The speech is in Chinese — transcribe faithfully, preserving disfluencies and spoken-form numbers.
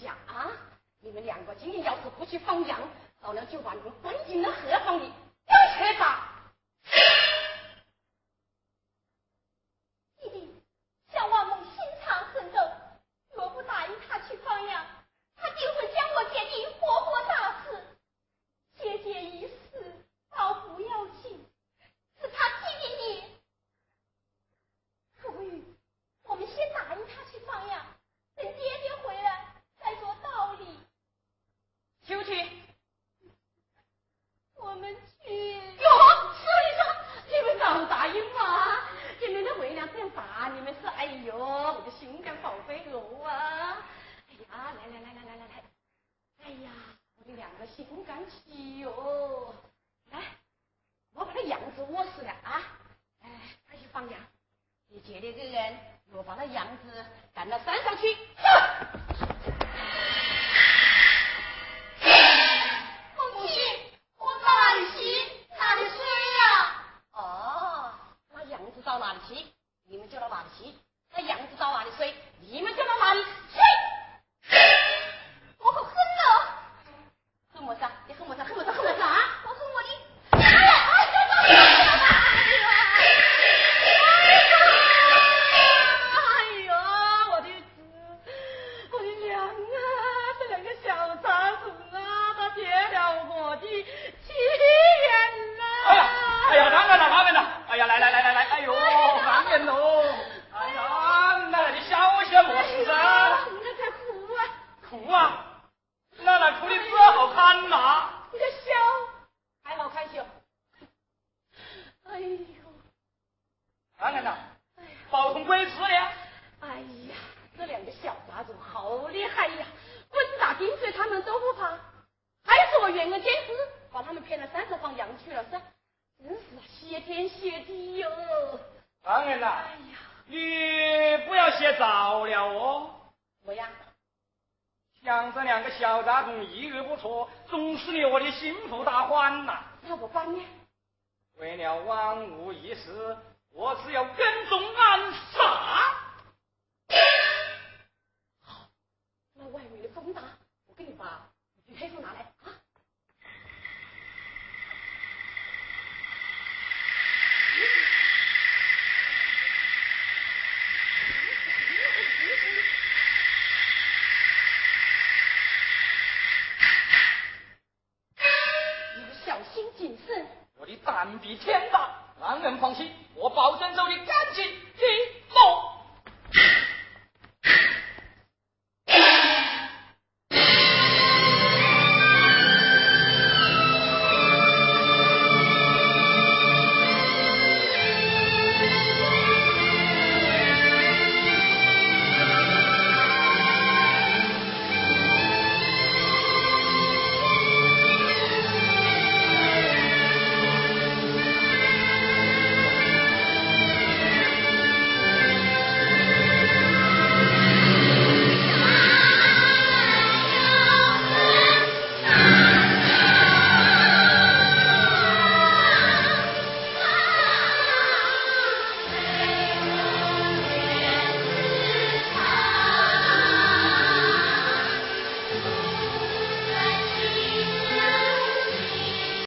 下啊！你们两个今天要是不去放羊，到了就把你们关进了河房里，要chết打！ 弟弟，小王母心肠狠毒，若不答应他去放羊，他定会将我姐弟活活打死。姐姐已死，倒不要紧，是他弟弟你。福玉，我们先答应他去放羊，等爹爹回来再说道理。 去不去？ 我们去。 哟，所以说你们早答应嘛！今天的回娘这样打你们是，哎呦，我的心肝宝贝哦啊！哎呀，来来来来来来来，哎呀，我的两个心肝气哟！来，我把那羊子窝死了啊！哎，快去放羊！你姐那个人，我把那羊子赶到山上去。 母亲，我到哪里去？哪里睡呀？ 哦，那羊子到哪里去，你们就到哪里去；那羊子到哪里睡，你们就到哪里睡。 我可恨了！ 恨么啥？你恨么啥？恨么啥？恨么啥？ 我恨我的。 哎呦，我的子，我的娘啊！这两个小杂种啊，他劫了我的气眼呐！ 哎呀，哎呀，当然了，当然了！哎呀，来来来来来，哎呦，当然喽！哎呀，那你消些么事啊？ 你在哭啊？ 哭啊？那那哭的这好看呐？ 你在笑，还好看笑。哎呦， 当然了，包同鬼子呀！ 哎呀，这两个小杂种好厉害呀！棍打钉水他们都不怕，还说远而监视，把他们骗到山上放羊去了噻！真是谢天谢地哟！ 当然了， 哎呀， 你不要写早了哦。 我呀， 像这两个小杂种一日不错，总是你我的心腹大患呐。 那我办呢？ 为了万无一失，我只要跟踪暗杀。 好，那外面的风大，我给你把鱼黑手拿来啊！你们小心谨慎。 我的胆比天大，让人放心，我保证走的干